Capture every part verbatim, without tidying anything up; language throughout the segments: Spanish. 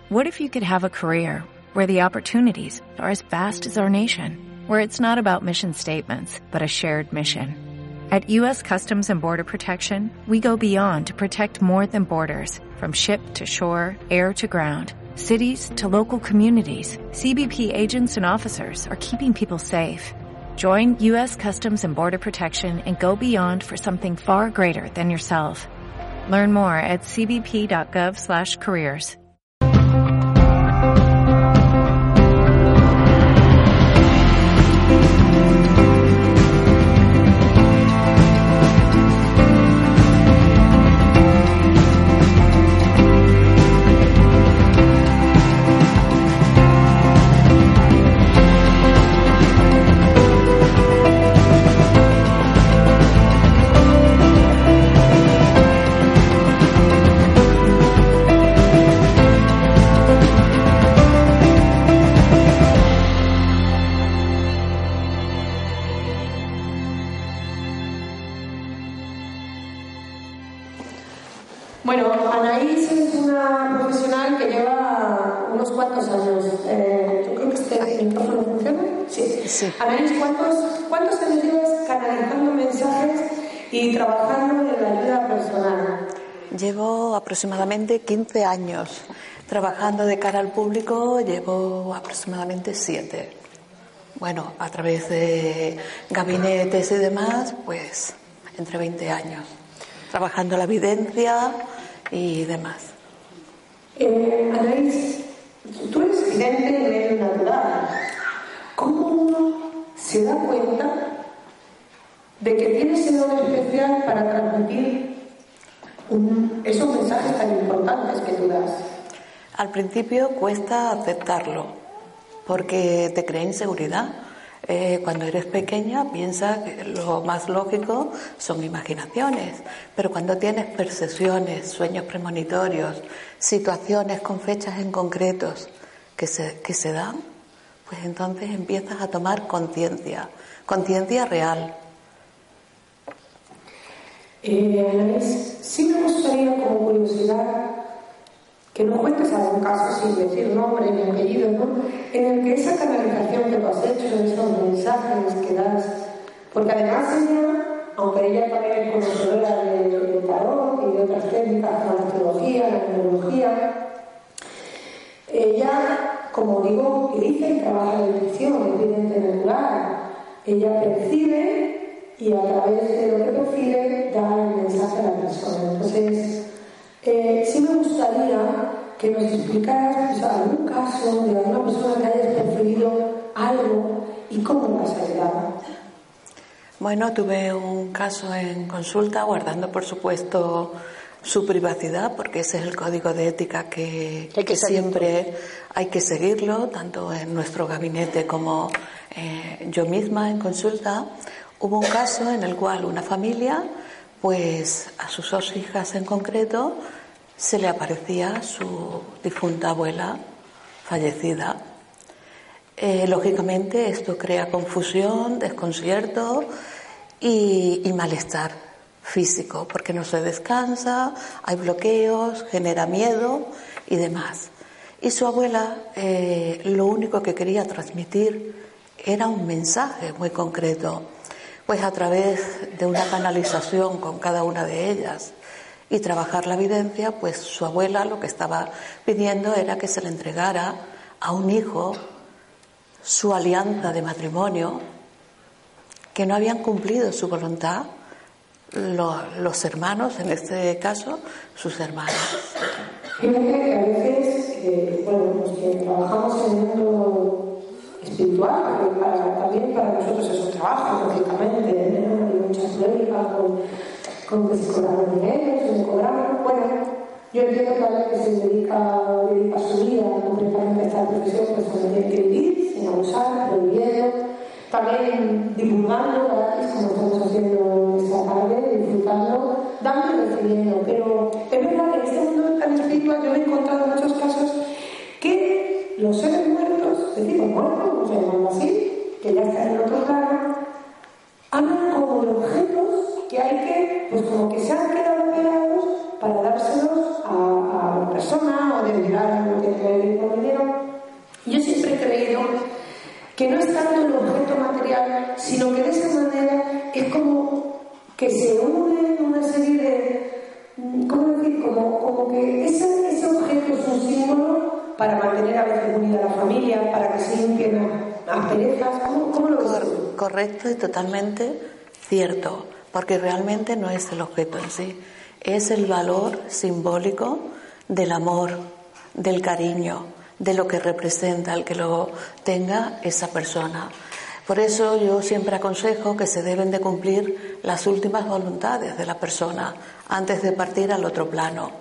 What if you could have a career where the opportunities are as vast as our nation, where it's not about mission statements, but a shared mission? At U S Customs and Border Protection, we go beyond to protect more than borders, from ship to shore, air to ground, cities to local communities. C B P agents and officers are keeping people safe. Join U S Customs and Border Protection and go beyond for something far greater than yourself. Learn more at c b p dot gov slash careers. Bueno, Anaís es una profesional que lleva unos cuantos años. Eh, yo creo que este micrófono funciona. Sí. sí. Anaís, ¿cuántos, ¿cuántos años llevas canalizando mensajes y trabajando en la ayuda personal? Llevo aproximadamente quince años. Trabajando de cara al público llevo aproximadamente siete. Bueno, a través de gabinetes y demás, pues entre veinte años. Trabajando la evidencia y demás. Eh, Anaís, tú eres vidente en medio natural. ¿Cómo uno se da cuenta de que tiene ese don especial para transmitir un, esos mensajes tan importantes que tú das? Al principio cuesta aceptarlo, porque te crea inseguridad. Eh, cuando eres pequeña piensas que lo más lógico son imaginaciones, pero cuando tienes percepciones, sueños premonitorios, situaciones con fechas en concretos que se, que se dan, pues entonces empiezas a tomar conciencia, conciencia real. Eh, sí me gustaría, como curiosidad, que nos cuentes algún caso, sin decir nombre ni apellido, ¿no?, en el que esa canalización que tú has hecho, esos mensajes que das, porque además ella, aunque ella también es conocedora de, de tarot y de otras técnicas como la astrología, la numerología, ella, como digo, dice y trabaja la intuición, es vidente natural. Ella percibe y a través de lo que percibe da el mensaje a la persona. Entonces, Eh, sí me gustaría que nos explicaras, o sea, algún caso de alguna persona que hayas percibido algo y cómo lo has ayudado. Bueno, tuve un caso en consulta, guardando por supuesto su privacidad, porque ese es el código de ética que, que, que siempre hay que seguirlo, tanto en nuestro gabinete como eh, yo misma en consulta. Hubo un caso en el cual una familia, pues a sus dos hijas en concreto, se le aparecía su difunta abuela fallecida. Eh, lógicamente esto crea confusión, desconcierto y, y malestar físico, porque no se descansa, hay bloqueos, genera miedo y demás. Y su abuela eh, lo único que quería transmitir era un mensaje muy concreto. Pues a través de una canalización con cada una de ellas y trabajar la evidencia, pues su abuela lo que estaba pidiendo era que se le entregara a un hijo su alianza de matrimonio, que no habían cumplido su voluntad los, los hermanos, en este caso, sus hermanos. Fíjate que a veces, eh, bueno, los que trabajamos en el mundo espiritual, porque para, también para nosotros es un trabajo, lógicamente, ¿no? Hay muchas pruebas con, con que se cobran dinero, se cobran. Bueno, yo entiendo que alguien que se dedica, dedica su vida completamente a esta profesión, pues también tiene que vivir sin abusar, prohibiendo, también divulgando gratis, como estamos haciendo esta tarde, disfrutando, dando y recibiendo. Pero es verdad que en este mundo tan espiritual yo me he encontrado muchos casos que los seres muertos, de tipo muerto, como se llaman así, que ya están en otro plano, hablan como de objetos que hay que, pues como que se han quedado pegados para dárselos a, a la persona, o de que no es tanto el objeto material, sino que de esa manera es como que se unen una serie de, ¿cómo decir? Como, como que ese, ese objeto es un símbolo para mantener a veces unida a la familia, para que se limpien asperezas. ¿Cómo, cómo lo ves? Cor- correcto y totalmente cierto, porque realmente no es el objeto en sí, es el valor simbólico del amor, del cariño, de lo que representa el que lo tenga esa persona. Por eso yo siempre aconsejo que se deben de cumplir las últimas voluntades de la persona antes de partir al otro plano.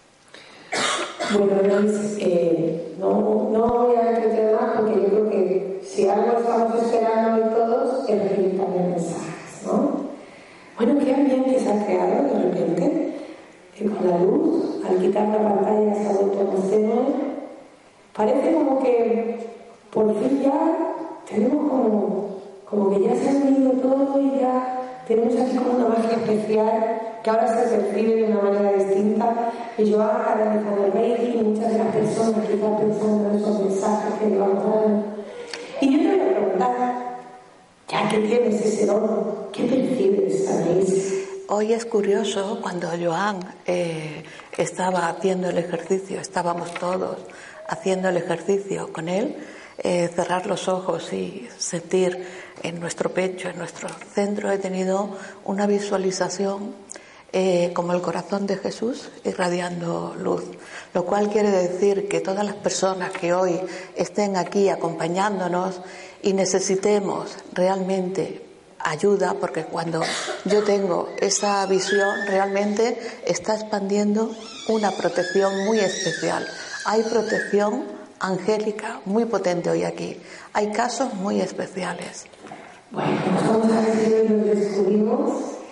Bueno, Luis, eh, no, no voy a entretener más porque yo creo que si algo estamos esperando hoy todos es recibir también mensajes, ¿no? Bueno, qué ambiente se ha creado de repente, eh, con la luz, al quitar la pantalla se ha vuelto más tenue. Parece como que por fin ya tenemos como, como que ya se ha unido todo y ya tenemos aquí como una magia especial que ahora se percibe de una manera distinta. Y yo ahora canalizando el Reiki y muchas de las personas que están pensando en esos mensajes que llevamos dando. Y yo te voy a preguntar, ya que tienes ese don, ¿qué percibes, Anaís? Hoy es curioso, cuando Joan eh, estaba haciendo el ejercicio, estábamos todos haciendo el ejercicio con él, eh, cerrar los ojos y sentir en nuestro pecho, en nuestro centro, he tenido una visualización eh, como el corazón de Jesús irradiando luz, lo cual quiere decir que todas las personas que hoy estén aquí acompañándonos y necesitemos realmente ayuda, porque cuando yo tengo esa visión realmente está expandiendo una protección muy especial. Hay protección angélica muy potente hoy aquí. Hay casos muy especiales. Bueno, pues vamos a ver si hoy nos descubrimos.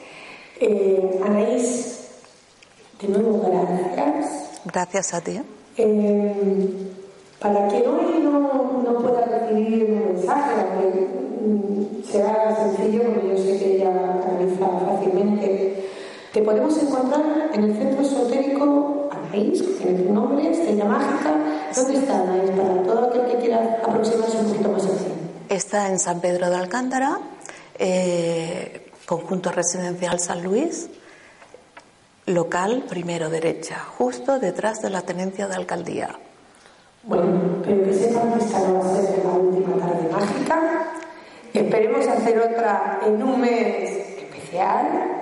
Eh, Anaís, de nuevo gracias. Gracias a ti. Eh, para quien hoy no, no pueda recibir un mensaje, aunque mm, será sencillo, porque yo sé que ella canaliza fácilmente, te podemos encontrar en el centro esotérico Anaís, que tiene tu nombre, Estrella Mágica. ¿Dónde está Anaís? Para todo aquel que quiera aproximarse un poquito más al centro. Está en San Pedro de Alcántara, eh, conjunto residencial San Luis, local primero derecha, justo detrás de la tenencia de alcaldía. Bueno, pero que sepan que esta no va a ser la última tarde mágica. Esperemos hacer otra en un mes especial.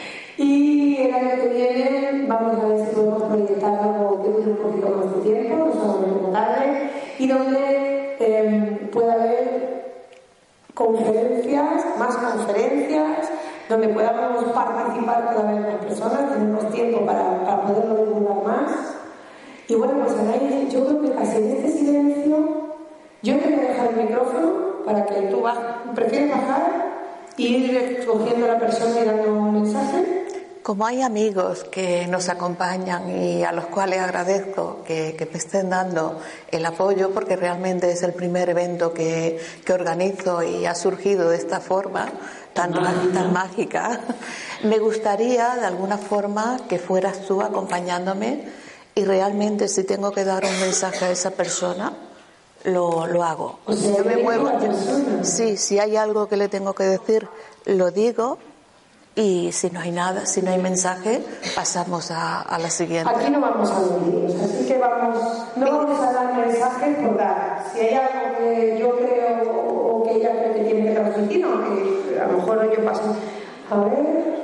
Y el año que viene vamos a ver si podemos proyectar algo que dure un poquito más de tiempo, no solamente una tarde, y donde eh, pueda haber conferencias, más conferencias, donde podamos participar cada vez más personas, tenemos tiempo para, para poderlo divulgar más. Y bueno, pues Anaís, yo creo que casi en este silencio, yo te voy a dejar el micrófono para que tú bajes, prefieres bajar y ir cogiendo a la persona y dando un mensaje. Como hay amigos que nos acompañan y a los cuales agradezco que, que me estén dando el apoyo, porque realmente es el primer evento que, que organizo y ha surgido de esta forma tan, tan mágica, me gustaría de alguna forma que fueras tú acompañándome y realmente si tengo que dar un mensaje a esa persona, lo, lo hago. O sea, yo me muevo. Persona. Sí, si hay algo que le tengo que decir, lo digo. Y si no hay nada, si no hay mensaje, pasamos a, a la siguiente. Aquí no vamos a mentir, así que vamos, no vamos a dar mensajes por dar. Si hay algo que yo creo o que ella cree que tiene que transmitir, o que a lo mejor yo paso. A ver.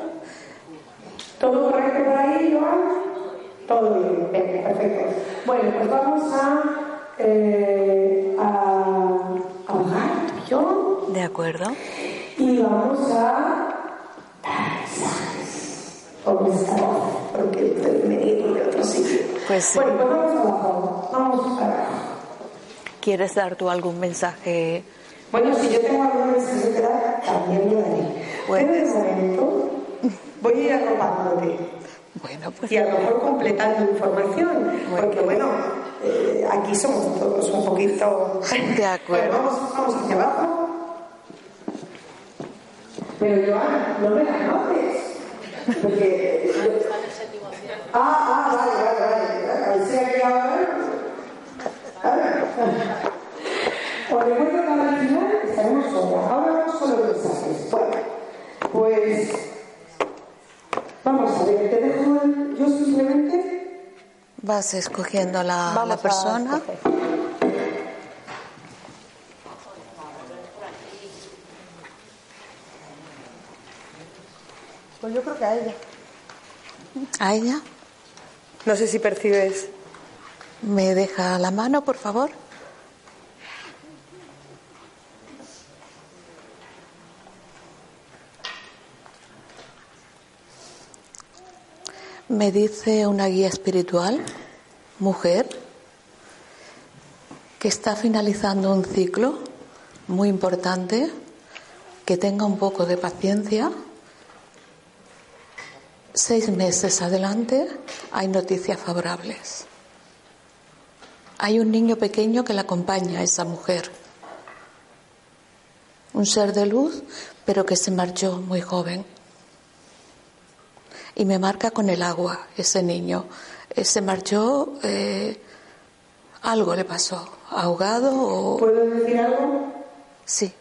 ¿Todo correcto por ahí, Joan? Todo bien, bien, perfecto. Bueno, pues vamos a, eh, a, a bajar, yo. De acuerdo. Y vamos a dar mensajes con esta voz, porque estoy venido de otro sitio. Pues sí. Bueno, pues vamos abajo, vamos para abajo. ¿Quieres dar tú algún mensaje? Bueno, si yo tengo algún mensaje que dar, también lo daré. Bueno. Pero de momento voy a ir arropándote. Bueno, pues. Y a lo mejor completando información, Bueno. porque bueno, eh, aquí somos todos un poquito. De acuerdo. Bueno, vamos, vamos hacia abajo. Pero Joan, no me la conoces. Porque. Ah, ah, vale, vale, vale. A ver si aquí ahora. A ver. Os recuerdo que al final vas escogiendo la, Vamos la persona. A escoger. Pues yo creo que a ella. ¿A ella? No sé si percibes. ¿Me deja la mano, por favor? Me dice una guía espiritual, mujer, que está finalizando un ciclo muy importante, que tenga un poco de paciencia. Seis meses adelante hay noticias favorables. Hay un niño pequeño que la acompaña a esa mujer. Un ser de luz, pero que se marchó muy joven. Y me marca con el agua ese niño. Eh, se marchó, eh, algo le pasó, ahogado o... ¿Puedo decir algo? Sí.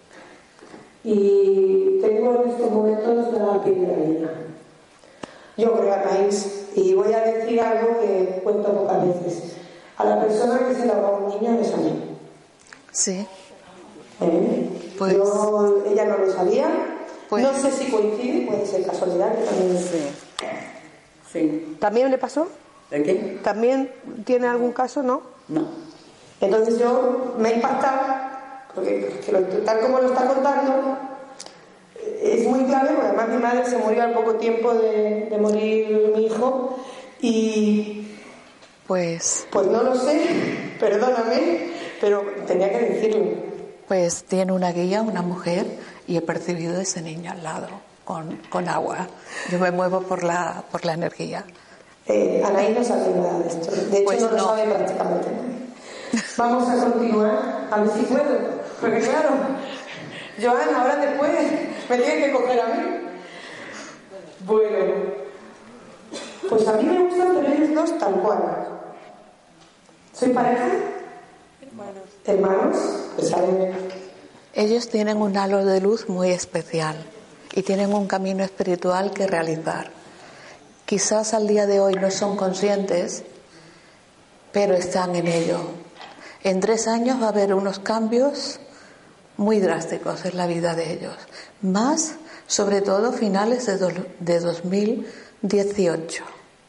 Y tengo en estos momentos la piel de gallina. Yo creo, Anaís, y voy a decir algo que cuento pocas veces. A la persona que se le ahogó un niño es a mí. Sí. ¿Eh? Pues... Yo, ella no lo sabía. Pues... No sé si coincide, puede ser casualidad, que también... Sí. Sí. ¿También le pasó? ¿De qué? ¿También tiene algún caso, no? No. Entonces yo me he impactado, porque que lo, tal como lo está contando, es muy clave, porque además mi madre se murió al poco tiempo de, de morir mi hijo, y Pues... Pues no lo sé, perdóname, pero tenía que decirlo. Pues tiene una guía, una mujer, y he percibido ese niño al lado, con, con agua. Yo me muevo por la, por la energía. Eh, Anaí no sabe nada de esto, de hecho Pues no, no lo sabe prácticamente nadie. Vamos a continuar, a ver si puedo, porque claro, Joan, ahora después me tienes que coger a mí. Bueno, pues a mí me gustan, pero ellos dos tal cual. ¿Soy pareja? Hermanos. ¿Hermanos? Pues a ver. Ellos tienen un halo de luz muy especial y tienen un camino espiritual que realizar. Quizás al día de hoy no son conscientes, pero están en ello. En tres años va a haber unos cambios muy drásticos en la vida de ellos. Más, sobre todo, finales de, do, de dos mil dieciocho.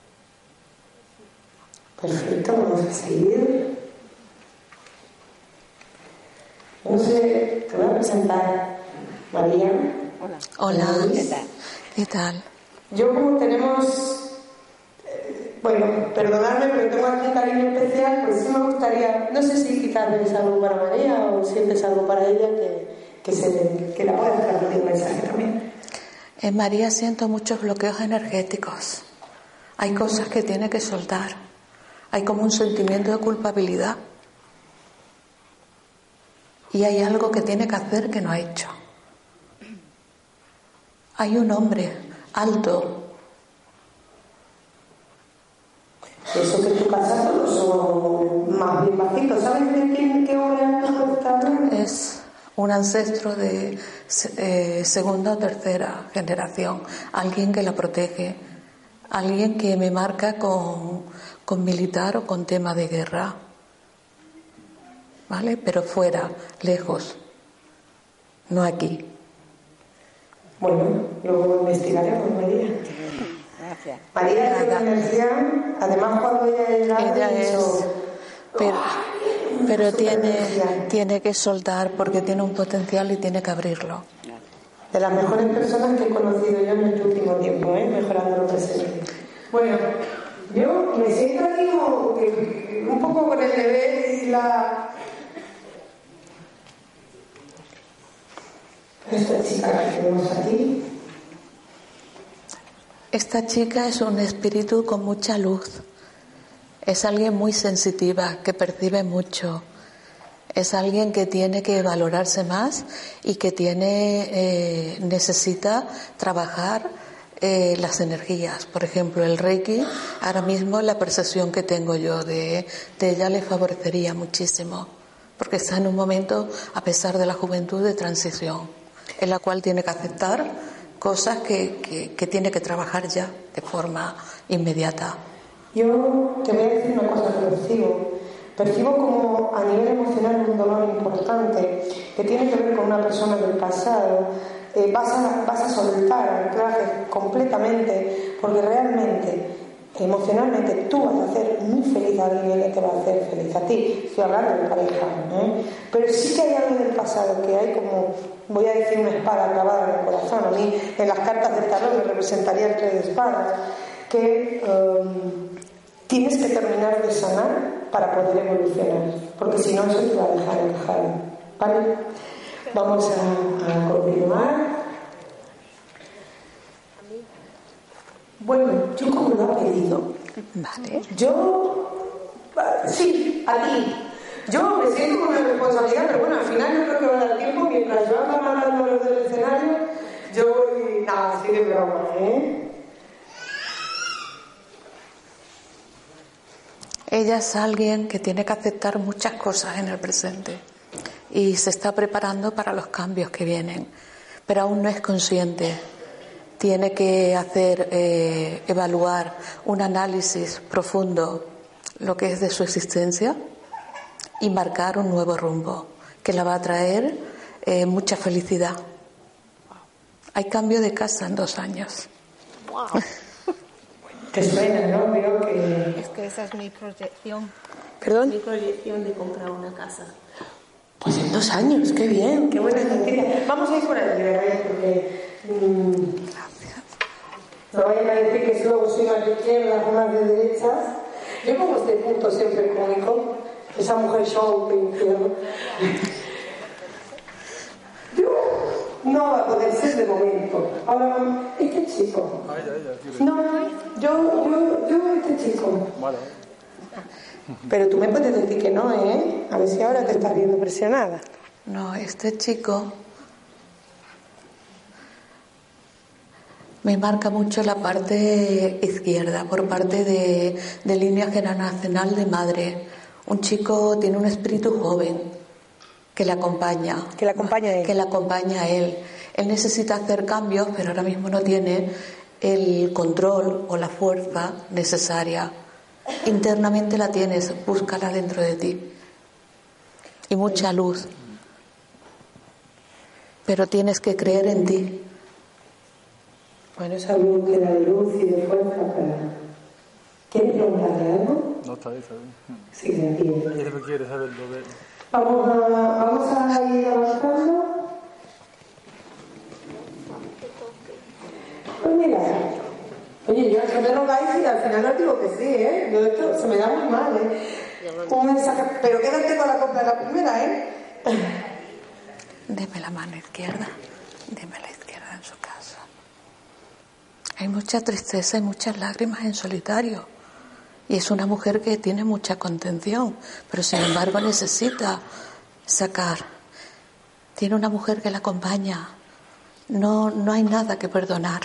Perfecto, vamos a seguir. No sé, te voy a presentar María. Hola. Hola. ¿Qué tal? ¿Qué tal? Yo, como tenemos, eh, bueno, perdonadme, pero tengo aquí un cariño especial, pues sí me gustaría, no sé si quizás ves algo para María o sientes algo para ella que, que, se, que la pueda dejar un mensaje también. En María siento muchos bloqueos energéticos. Hay cosas que tiene que soltar. Hay como un sentimiento de culpabilidad. Y hay algo que tiene que hacer que no ha hecho. Hay un hombre alto. Eso que en tu casa todos son más bien bajitos. ¿Sabes de quién, qué hombre alto está hablando? Es un ancestro de eh, segunda o tercera generación. Alguien que la protege. Alguien que me marca con, con militar o con tema de guerra. ¿Vale? Pero fuera, lejos. No aquí. Bueno, luego investigaremos, María. Gracias. María es una energía, además cuando ella es grande, Ella es, dicho, pero, pero tiene, tiene que soltar porque tiene un potencial y tiene que abrirlo. de las mejores personas que he conocido yo en el último tiempo, ¿eh? Mejorando lo presente. Bueno, yo me siento aquí como que, un poco con el deber y la... Esta chica que tenemos aquí. Esta chica es un espíritu con mucha luz. Es alguien muy sensitiva, que percibe mucho. Es alguien que tiene que valorarse más y que tiene eh, necesita trabajar eh, las energías. Por ejemplo, el Reiki, ahora mismo la percepción que tengo yo de, de ella le favorecería muchísimo, porque está en un momento, a pesar de la juventud, de transición, en la cual tiene que aceptar cosas que, que, que tiene que trabajar ya de forma inmediata. Yo te voy a decir una cosa que percibo. Percibo como a nivel emocional un dolor importante que tiene que ver con una persona del pasado. Eh, vas, a, vas a soltar anclajes completamente, porque realmente, emocionalmente, tú vas a hacer muy feliz a alguien y ella te va a hacer feliz a ti. Estoy hablando de pareja, ¿eh? Pero sí que hay algo del pasado que hay como, voy a decir, una espada clavada en el corazón. A mí, en las cartas del tarot me representaría el tres de espadas, que um, tienes que terminar de sanar para poder evolucionar, porque si no, eso te va a dejar encajado, ¿vale? Vamos a, a continuar. Bueno, yo como lo he pedido, Vale. yo, sí, a ti. Yo me siento con una responsabilidad, pero bueno, al final yo creo que va a dar tiempo, mientras yo ando mandando los del escenario, yo voy, nada, así de broma, ¿eh? Ella es alguien que tiene que aceptar muchas cosas en el presente y se está preparando para los cambios que vienen, pero aún no es consciente. Tiene que hacer, eh, evaluar un análisis profundo lo que es de su existencia y marcar un nuevo rumbo que la va a traer eh, mucha felicidad. Hay cambio de casa en dos años. Wow. Te suena, ¿no? Veo que... Es que esa es mi proyección. ¿Perdón? Mi proyección de comprar una casa. Pues en dos años, qué bien, qué buena noticia. Vamos a ir por allí, ¿verdad? Porque mmm, no vayan a decir que luego soy más de izquierdas, más de derechas. Yo pongo este punto siempre cómico, esa mujer show que infierno. Yo no va a poder ser de momento. Ahora, este chico. No, yo, yo, yo, este chico. Pero tú me puedes decir que no, ¿eh? A ver si ahora te estás viendo presionada. No, este chico me marca mucho la parte izquierda, por parte de, de línea generacional de madre. Un chico tiene un espíritu joven que le acompaña. Que le acompaña a él. Que le acompaña a él. Él necesita hacer cambios, pero ahora mismo no tiene el control o la fuerza necesaria. Internamente la tienes, búscala dentro de ti. Y mucha luz. Pero tienes que creer en ti. Bueno, esa búsqueda de luz y de fuerza para... ¿Quieres preguntarle algo? No, está bien, está bien. Sí, se entiende. Ella no quiere saberlo de él. Vamos a, vamos a ir avanzando. Pues mira, oye, yo es que me rogáis y al final no digo que sí, ¿eh? Yo esto se me da muy mal, ¿eh? Un mensaje, pero quédate con la compra de la primera, ¿eh? Deme la mano izquierda, deme la izquierda en su casa. Hay mucha tristeza y muchas lágrimas en solitario. Y es una mujer que tiene mucha contención, pero sin embargo necesita sacar. Tiene una mujer que la acompaña. No, no hay nada que perdonar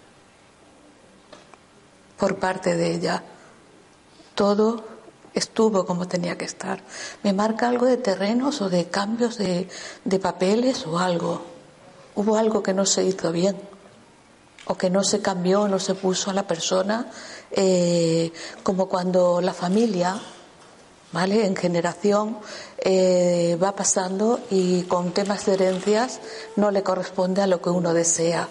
por parte de ella. Todo estuvo como tenía que estar. Me marca algo de terrenos o de cambios de, de papeles o algo. Hubo algo que no se hizo bien, o que no se cambió, no se puso a la persona, eh, como cuando la familia, ¿vale?, en generación eh, va pasando y con temas de herencias no le corresponde a lo que uno desea.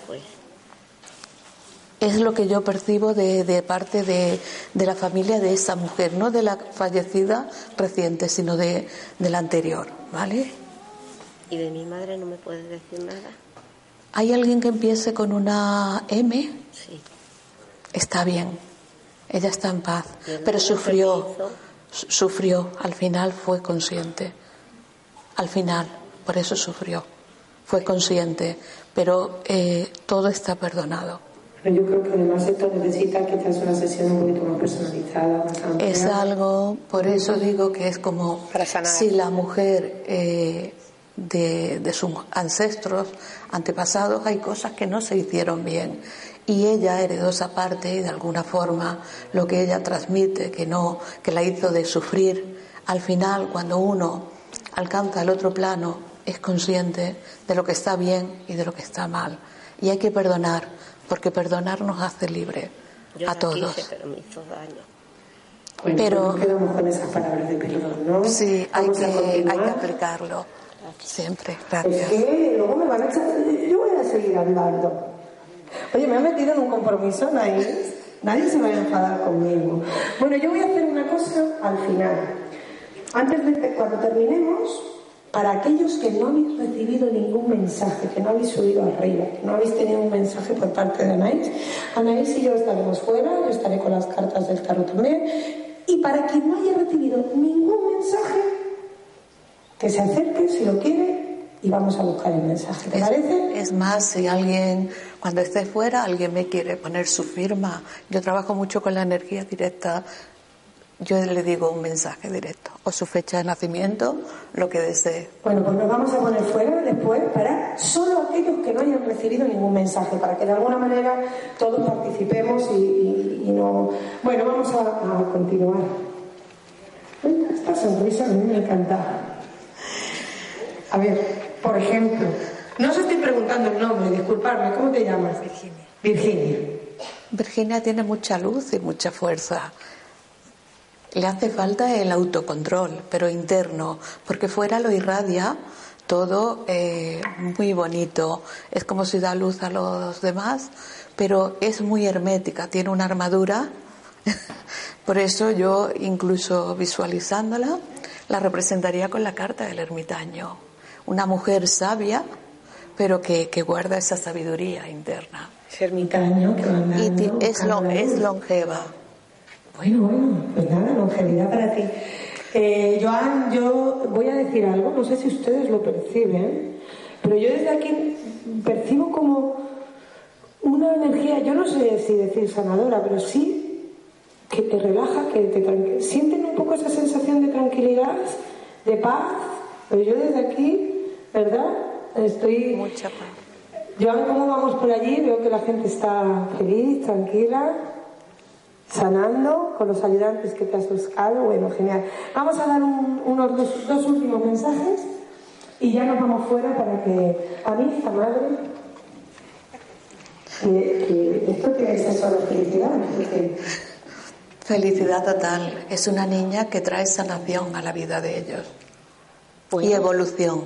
Es lo que yo percibo de, de parte de, de la familia de esa mujer, no de la fallecida reciente, sino de, de la anterior, ¿vale? ¿Y de mi madre no me puedes decir nada? ¿Hay alguien que empiece con una M? Sí. Está bien, ella está en paz, pero sufrió, sufrió, al final fue consciente, al final, por eso sufrió, fue consciente, pero eh, todo está perdonado. Pero yo creo que además esto necesita quizás una sesión un poquito más personalizada. Más amplia. Es algo, por eso digo que es como Para sanar. si la mujer eh, de, de sus ancestros, antepasados, hay cosas que no se hicieron bien y ella heredó esa parte y de alguna forma lo que ella transmite, que no, que la hizo de sufrir, al final cuando uno alcanza el otro plano es consciente de lo que está bien y de lo que está mal y hay que perdonar, porque perdonar nos hace libre Yo a la todos. quise, pero me hizo daño. Bueno, pero pues nos quedamos con esas palabras de perdón, ¿no? sí, hay Vamos que, a continuar. hay que aplicarlo siempre. Es Gracias. que luego me van a echar... Yo voy a seguir andando. Oye, me he metido en un compromiso, nadie, nadie se va a enfadar conmigo. Bueno, yo voy a hacer una cosa al final. Antes de cuando terminemos, para aquellos que no habéis recibido ningún mensaje, que no habéis subido arriba, que no habéis tenido un mensaje por parte de Anaís, Anaís y yo estaremos fuera, yo estaré con las cartas del tarot también. Y para quien no haya recibido ningún mensaje, que se acerque si lo quiere y vamos a buscar el mensaje. ¿Te Es, parece? es más, si alguien, cuando esté fuera, alguien me quiere poner su firma, yo trabajo mucho con la energía directa, yo le digo un mensaje directo, o su fecha de nacimiento, lo que desee. Bueno, pues nos vamos a poner fuera después para solo aquellos que no hayan recibido ningún mensaje, para que de alguna manera todos participemos y, y, y no... Bueno, vamos a, a continuar. Esta sonrisa a mí me encanta. A ver, por ejemplo, no os estoy preguntando el nombre, disculpadme, ¿cómo te llamas? Virginia. Virginia. Virginia tiene mucha luz y mucha fuerza. Le hace falta el autocontrol, pero interno, porque fuera lo irradia todo eh, muy bonito. Es como si da luz a los demás, pero es muy hermética, tiene una armadura. Por eso yo, incluso visualizándola, la representaría con la carta del ermitaño. Una mujer sabia, pero que, que guarda esa sabiduría interna. Es ermitaño que va Y ti- es, lo, es longeva. Bueno, bueno, pues nada, longevidad para ti. Eh, Joan, yo voy a decir algo, no sé si ustedes lo perciben, pero yo desde aquí percibo como una energía, yo no sé si decir sanadora, pero sí que te relaja, que te tranquiliza. ¿Sienten un poco esa sensación de tranquilidad, de paz? Pero yo desde aquí, ¿verdad? Estoy... Mucha paz. Joan, ¿cómo vamos por allí? Veo que la gente está feliz, tranquila, sanando con los ayudantes que te has buscado. Bueno, genial. Vamos a dar un, unos dos, dos últimos mensajes y ya nos vamos fuera para que a mí, esta madre, que, que esto tiene que ser solo felicidad. Porque... Felicidad total. Es una niña que trae sanación a la vida de ellos. Bueno. Y evolución.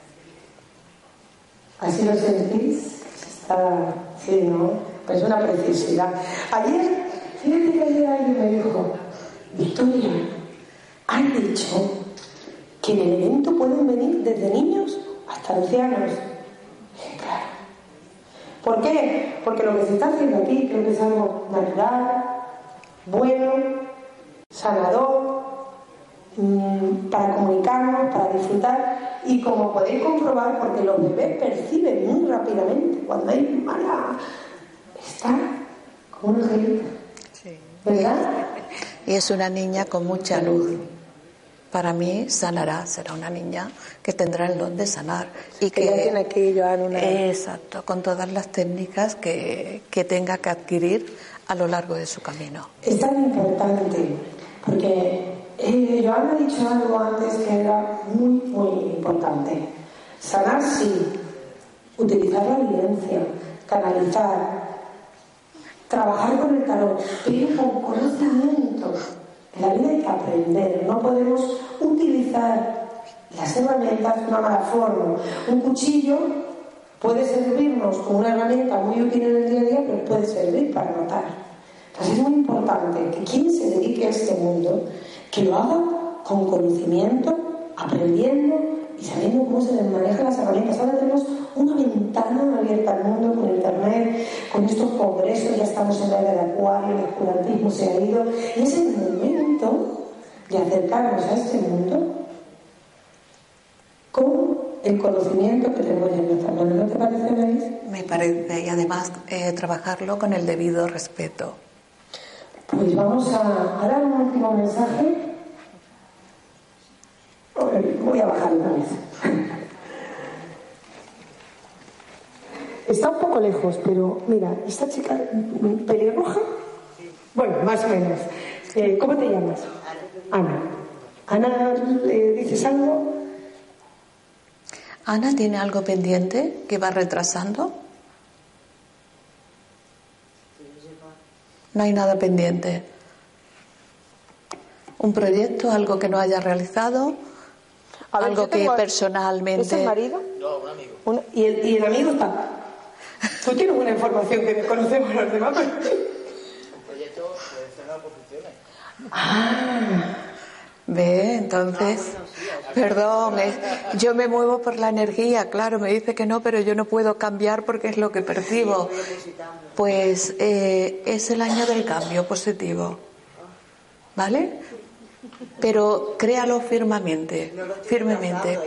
¿Así lo sentís? Está, sí, ¿no? Es una preciosidad. Ayer, fíjate que ayer alguien me dijo, Victoria, han dicho que en el evento pueden venir desde niños hasta ancianos. Y claro. ¿Por qué? Porque lo que se está haciendo aquí creo que es algo natural, bueno, sanador, mmm, para comunicarnos, para disfrutar. Y como podéis comprobar, porque los bebés perciben muy rápidamente cuando hay mala... Está como una angelita, Sí. ¿verdad? Y es una niña con mucha luz. Para mí sanará, será una niña que tendrá el don de sanar. Y que, que ya tiene aquí, Joan, una... Exacto, con todas las técnicas que, que tenga que adquirir a lo largo de su camino. Es tan importante, porque eh, Joan ha dicho algo antes que era muy, muy importante. Sanar sí, utilizar la evidencia, canalizar, trabajar con el tarot, pero con conocimiento. En la vida hay que aprender, no podemos utilizar las herramientas de una mala forma. Un cuchillo puede servirnos como una herramienta muy útil en el día a día, pero puede servir para matar. Entonces es muy importante que quien se dedique a este mundo, que lo haga con conocimiento, aprendiendo y sabiendo cómo se les manejan las herramientas. Ahora tenemos una ventana abierta al mundo con internet, con estos congresos, ya estamos en la era de Acuario, el oscurantismo se ha ido, y es el momento de acercarnos a este mundo con el conocimiento que tenemos en nuestras manos. ¿No te parece, Anaís? Me parece, y además eh, trabajarlo con el debido respeto. Pues vamos a, a dar un último mensaje. Voy a bajar una vez. Está un poco lejos, pero mira, esta chica pelirroja, bueno, más o menos. Eh, ¿Cómo te llamas? Ana. Ana, ¿le dices algo? Ana tiene algo pendiente que va retrasando. No hay nada pendiente. un proyecto, algo que no haya realizado, A ver, algo yo que tengo- personalmente... ¿Es el marido? No, un amigo. Un- Y el, y el amigo está. Tú tienes una información que conocemos los demás. pero- Un proyecto puede cerrar posiciones. Ve, entonces, perdón, es- yo me muevo por la energía, claro, me dice que no, pero yo no puedo cambiar porque es lo que percibo. Pues eh, es el año del cambio positivo, ¿vale? Pero créalo firmemente, firmemente.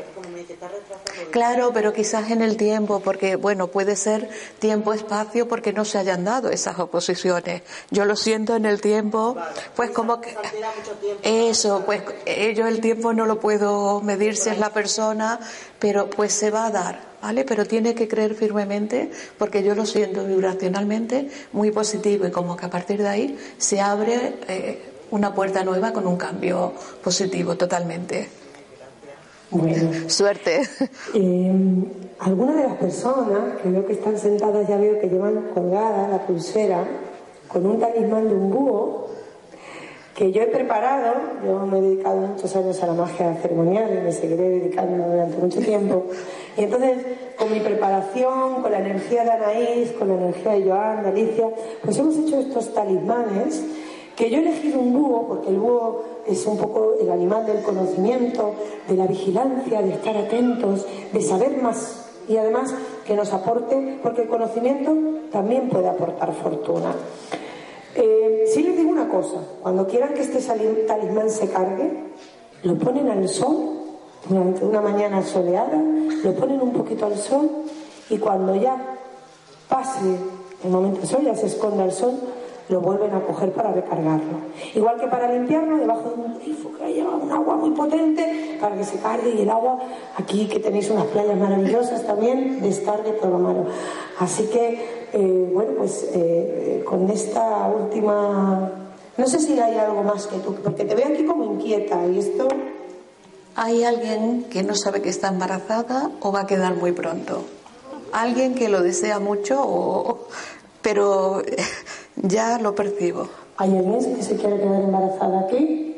Claro, pero quizás en el tiempo, porque bueno, puede ser tiempo-espacio porque no se hayan dado esas oposiciones. Yo lo siento en el tiempo, pues como que... Eso, pues eh, yo el tiempo no lo puedo medir si es la persona, pero pues se va a dar, ¿vale? Pero tiene que creer firmemente porque yo lo siento vibracionalmente muy positivo y como que a partir de ahí se abre eh, una puerta nueva con un cambio positivo totalmente. Bueno, Suerte. eh, algunas de las personas que veo que están sentadas, ya veo que llevan colgada la pulsera con un talismán de un búho que yo he preparado. Yo me he dedicado muchos años a la magia ceremonial y me seguiré dedicando durante mucho tiempo. Y entonces, con mi preparación, con la energía de Anaís, con la energía de Joan, de Alicia, pues hemos hecho estos talismanes que yo he elegido un búho porque el búho es un poco el animal del conocimiento, de la vigilancia, de estar atentos, de saber más y además que nos aporte, porque el conocimiento también puede aportar fortuna. Eh, sí les digo una cosa, cuando quieran que este talismán se cargue, lo ponen al sol, durante una mañana soleada, lo ponen un poquito al sol y cuando ya pase el momento del sol, ya se esconda el sol, lo vuelven a coger para recargarlo. Igual que para limpiarlo, debajo de un grifo que lleva un agua muy potente para que se cargue y el agua, aquí que tenéis unas playas maravillosas también, descargue todo lo malo. Así que, eh, bueno, pues eh, con esta última... No sé si hay algo más que tú, porque te veo aquí como inquieta y esto... Hay alguien que no sabe que está embarazada o va a quedar muy pronto. Alguien que lo desea mucho, o... pero ya lo percibo. ¿Hay alguien que se quiere quedar embarazada aquí?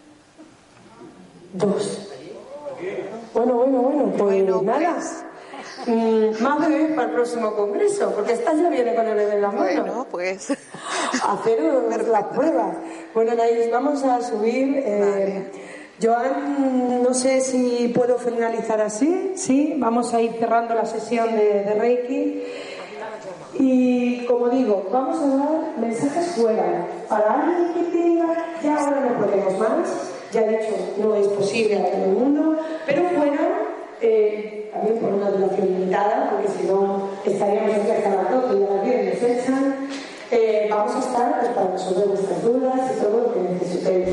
Dos. Bueno, bueno, bueno, pues Bueno, nada. Mm, más bebés para el próximo congreso, porque esta ya viene con el bebé en la mano. Bueno, pues... Hacer las pruebas. Bueno, Anaís, vamos a subir. Eh, Joan, no sé si puedo finalizar así. Sí, vamos a ir cerrando la sesión de, de Reiki. Y como digo, vamos a dar mensajes fuera. Para alguien que tenga, ya ahora no podemos más. Ya he dicho, no es posible a todo el mundo. Pero fuera, eh, también por una duración limitada, porque si no estaríamos aquí hasta las doce y a las diez nos echan. Eh, vamos a estar pues, para resolver vuestras dudas y todo lo que necesitéis.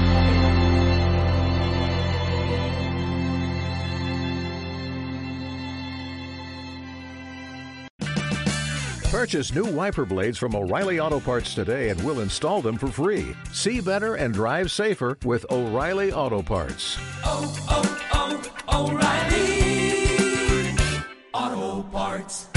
Purchase new wiper blades from O'Reilly Auto Parts today and we'll install them for free. See better and drive safer with O'Reilly Auto Parts. Oh, oh, oh, O'Reilly Auto Parts.